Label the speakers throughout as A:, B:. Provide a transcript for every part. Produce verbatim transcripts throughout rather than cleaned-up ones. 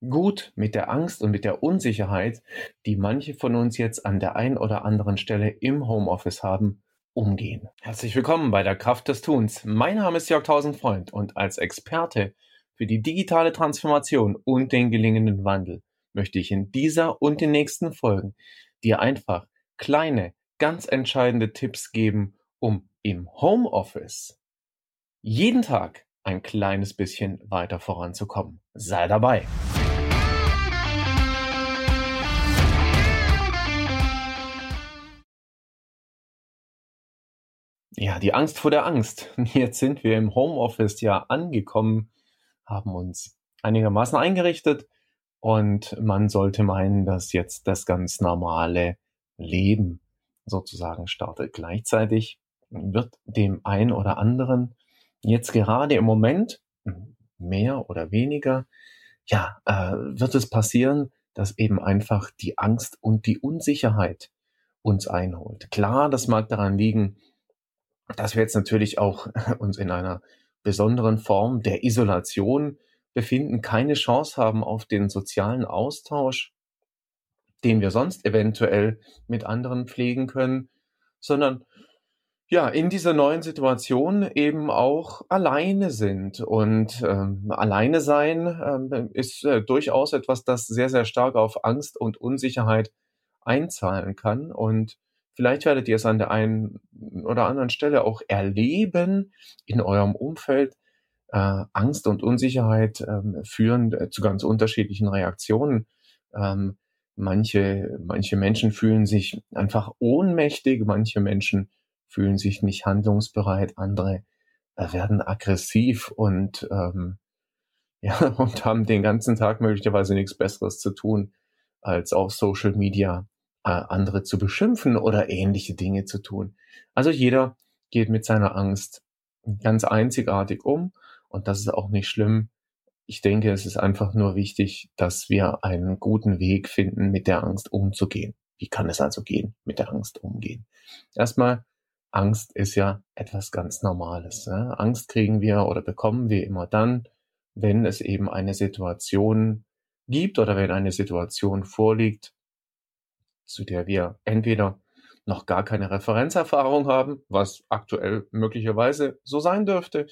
A: gut mit der Angst und mit der Unsicherheit, die manche von uns jetzt an der einen oder anderen Stelle im Homeoffice haben, umgehen. Herzlich willkommen bei der Kraft des Tuns. Mein Name ist Jörg Tausendfreund und als Experte für die digitale Transformation und den gelingenden Wandel möchte ich in dieser und den nächsten Folgen dir einfach kleine, ganz entscheidende Tipps geben, um im Homeoffice jeden Tag ein kleines bisschen weiter voranzukommen. Sei dabei! Ja, die Angst vor der Angst. Jetzt sind wir im Homeoffice ja angekommen, haben uns einigermaßen eingerichtet und man sollte meinen, dass jetzt das ganz normale Leben sozusagen startet. Gleichzeitig wird dem einen oder anderen jetzt gerade im Moment mehr oder weniger, ja, äh, wird es passieren, dass eben einfach die Angst und die Unsicherheit uns einholt. Klar, das mag daran liegen, dass wir jetzt natürlich auch uns in einer besonderen Form der Isolation befinden, keine Chance haben auf den sozialen Austausch, den wir sonst eventuell mit anderen pflegen können, sondern ja, in dieser neuen Situation eben auch alleine sind. Und ähm, alleine sein ähm, ist äh, durchaus etwas, das sehr, sehr stark auf Angst und Unsicherheit einzahlen kann. Und vielleicht werdet ihr es an der einen oder anderen Stelle auch erleben in eurem Umfeld. Äh, Angst und Unsicherheit ähm, führen äh, zu ganz unterschiedlichen Reaktionen. Ähm, manche, manche Menschen fühlen sich einfach ohnmächtig, manche Menschen fühlen sich nicht handlungsbereit, andere äh, werden aggressiv und ähm, ja, und haben den ganzen Tag möglicherweise nichts Besseres zu tun, als auf Social Media äh, andere zu beschimpfen oder ähnliche Dinge zu tun. Also jeder geht mit seiner Angst ganz einzigartig um und das ist auch nicht schlimm. Ich denke, es ist einfach nur wichtig, dass wir einen guten Weg finden, mit der Angst umzugehen. Wie kann es also gehen, mit der Angst umgehen? Erstmal, Angst ist ja etwas ganz Normales. Ne? Angst kriegen wir oder bekommen wir immer dann, wenn es eben eine Situation gibt oder wenn eine Situation vorliegt, zu der wir entweder noch gar keine Referenzerfahrung haben, was aktuell möglicherweise so sein dürfte,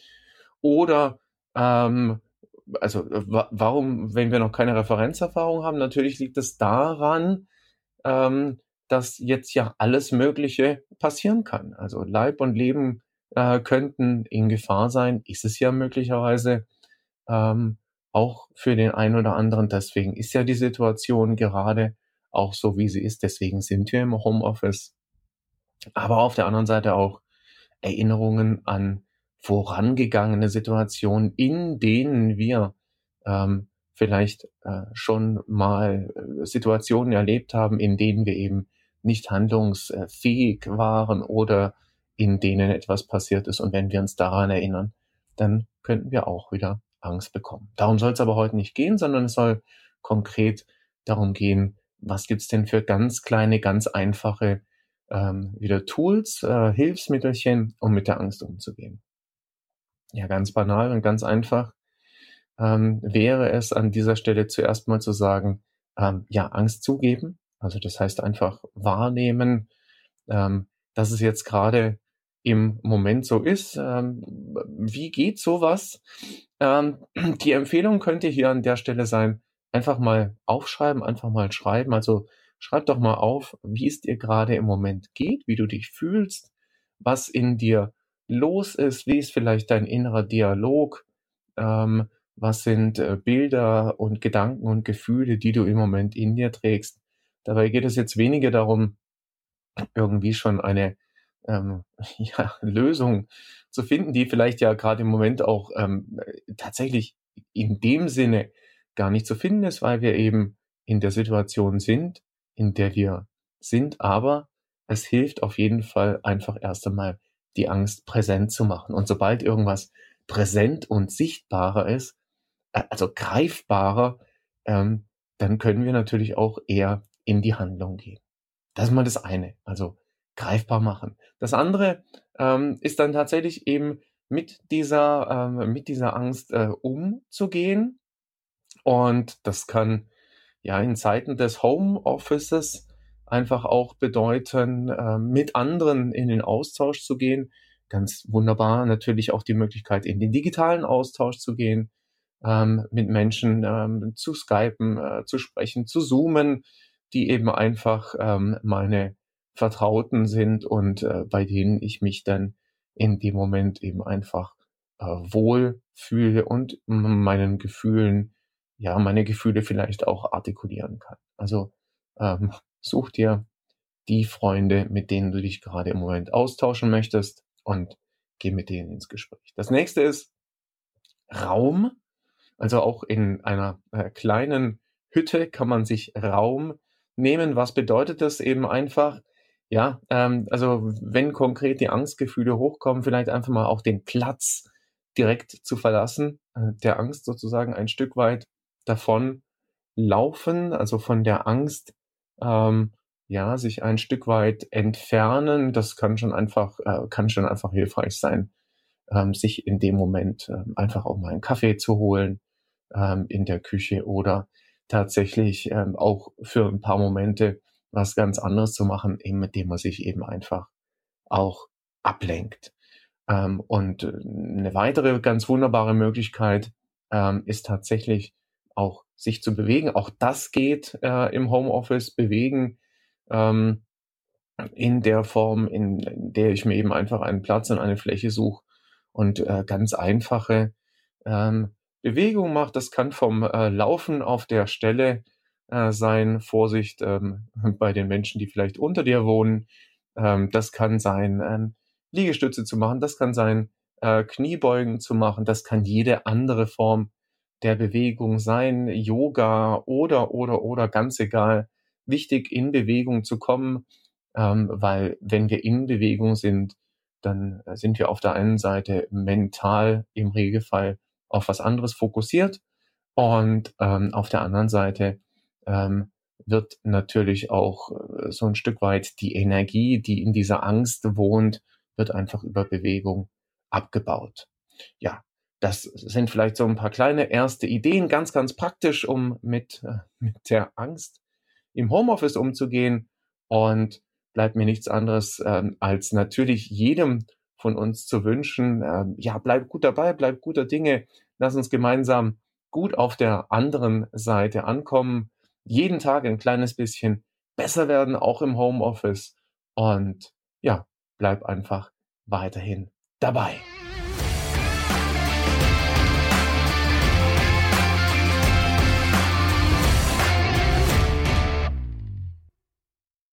A: oder ähm, also äh, wa- warum, wenn wir noch keine Referenzerfahrung haben? Natürlich liegt es daran, ähm, dass jetzt ja alles Mögliche passieren kann. Also Leib und Leben äh, könnten in Gefahr sein, ist es ja möglicherweise ähm, auch für den einen oder anderen. Deswegen ist ja die Situation gerade auch so, wie sie ist. Deswegen sind wir im Homeoffice. Aber auf der anderen Seite auch Erinnerungen an vorangegangene Situationen, in denen wir ähm, vielleicht äh, schon mal äh, Situationen erlebt haben, in denen wir eben nicht handlungsfähig waren oder in denen etwas passiert ist. Und wenn wir uns daran erinnern, dann könnten wir auch wieder Angst bekommen. Darum soll es aber heute nicht gehen, sondern es soll konkret darum gehen, was gibt's denn für ganz kleine, ganz einfache ähm, wieder Tools, äh, Hilfsmittelchen, um mit der Angst umzugehen. Ja, ganz banal und ganz einfach ähm, wäre es an dieser Stelle zuerst mal zu sagen, ähm, ja, Angst zugeben. Also das heißt einfach wahrnehmen, ähm, dass es jetzt gerade im Moment so ist. Ähm, wie geht sowas? Ähm, die Empfehlung könnte hier an der Stelle sein, einfach mal aufschreiben, einfach mal schreiben. Also schreib doch mal auf, wie es dir gerade im Moment geht, wie du dich fühlst, was in dir los ist, wie ist vielleicht dein innerer Dialog, ähm, was sind äh, Bilder und Gedanken und Gefühle, die du im Moment in dir trägst. Dabei geht es jetzt weniger darum, irgendwie schon eine ähm, ja, Lösung zu finden, die vielleicht ja gerade im Moment auch ähm, tatsächlich in dem Sinne gar nicht zu finden ist, weil wir eben in der Situation sind, in der wir sind. Aber es hilft auf jeden Fall einfach erst einmal, die Angst präsent zu machen. Und sobald irgendwas präsent und sichtbarer ist, äh, also greifbarer, ähm, dann können wir natürlich auch eher in die Handlung gehen. Das ist mal das eine, also greifbar machen. Das andere ähm, ist dann tatsächlich eben mit dieser, ähm, mit dieser Angst äh, umzugehen. Und das kann ja in Zeiten des Homeoffices einfach auch bedeuten, äh, mit anderen in den Austausch zu gehen. Ganz wunderbar natürlich auch die Möglichkeit, in den digitalen Austausch zu gehen, ähm, mit Menschen ähm, zu skypen, äh, zu sprechen, zu zoomen, die eben einfach ähm, meine Vertrauten sind und äh, bei denen ich mich dann in dem Moment eben einfach äh, wohl fühle und m- meinen Gefühlen, ja, meine Gefühle vielleicht auch artikulieren kann. Also ähm, such dir die Freunde, mit denen du dich gerade im Moment austauschen möchtest und geh mit denen ins Gespräch. Das nächste ist Raum. Also auch in einer äh, kleinen Hütte kann man sich Raum nehmen. Was bedeutet das eben einfach? Ja, ähm, also wenn konkret die Angstgefühle hochkommen, vielleicht einfach mal auch den Platz direkt zu verlassen, äh, der Angst sozusagen ein Stück weit davon laufen, also von der Angst, ähm, ja, sich ein Stück weit entfernen. Das kann schon einfach, äh, kann schon einfach hilfreich sein, ähm, sich in dem Moment ähm, einfach auch mal einen Kaffee zu holen ähm, in der Küche oder tatsächlich ähm, auch für ein paar Momente was ganz anderes zu machen, eben mit dem man sich eben einfach auch ablenkt. Ähm, und äh, 'ne weitere ganz wunderbare Möglichkeit ähm, ist tatsächlich auch sich zu bewegen. Auch das geht äh, im Homeoffice, bewegen. Ähm, in der Form, in in der ich mir eben einfach einen Platz und eine Fläche suche und äh, ganz einfache ähm, Bewegungen mache. Das kann vom äh, Laufen auf der Stelle äh, sein. Vorsicht ähm, bei den Menschen, die vielleicht unter dir wohnen. Ähm, das kann sein, ähm, Liegestütze zu machen. Das kann sein, äh, Kniebeugen zu machen. Das kann jede andere Form der Bewegung sein. Yoga oder, oder, oder, ganz egal. Wichtig, in Bewegung zu kommen, ähm, weil wenn wir in Bewegung sind, dann äh, sind wir auf der einen Seite mental im Regelfall auf was anderes fokussiert und ähm, auf der anderen Seite ähm, wird natürlich auch äh, so ein Stück weit die Energie, die in dieser Angst wohnt, wird einfach über Bewegung abgebaut. Ja, das sind vielleicht so ein paar kleine erste Ideen, ganz, ganz praktisch, um mit, äh, mit der Angst im Homeoffice umzugehen. Und bleibt mir nichts anderes, ähm, als natürlich jedem von uns zu wünschen, ähm, ja, bleib gut dabei, bleib guter Dinge. Lass uns gemeinsam gut auf der anderen Seite ankommen. Jeden Tag ein kleines bisschen besser werden, auch im Homeoffice. Und ja, bleib einfach weiterhin dabei.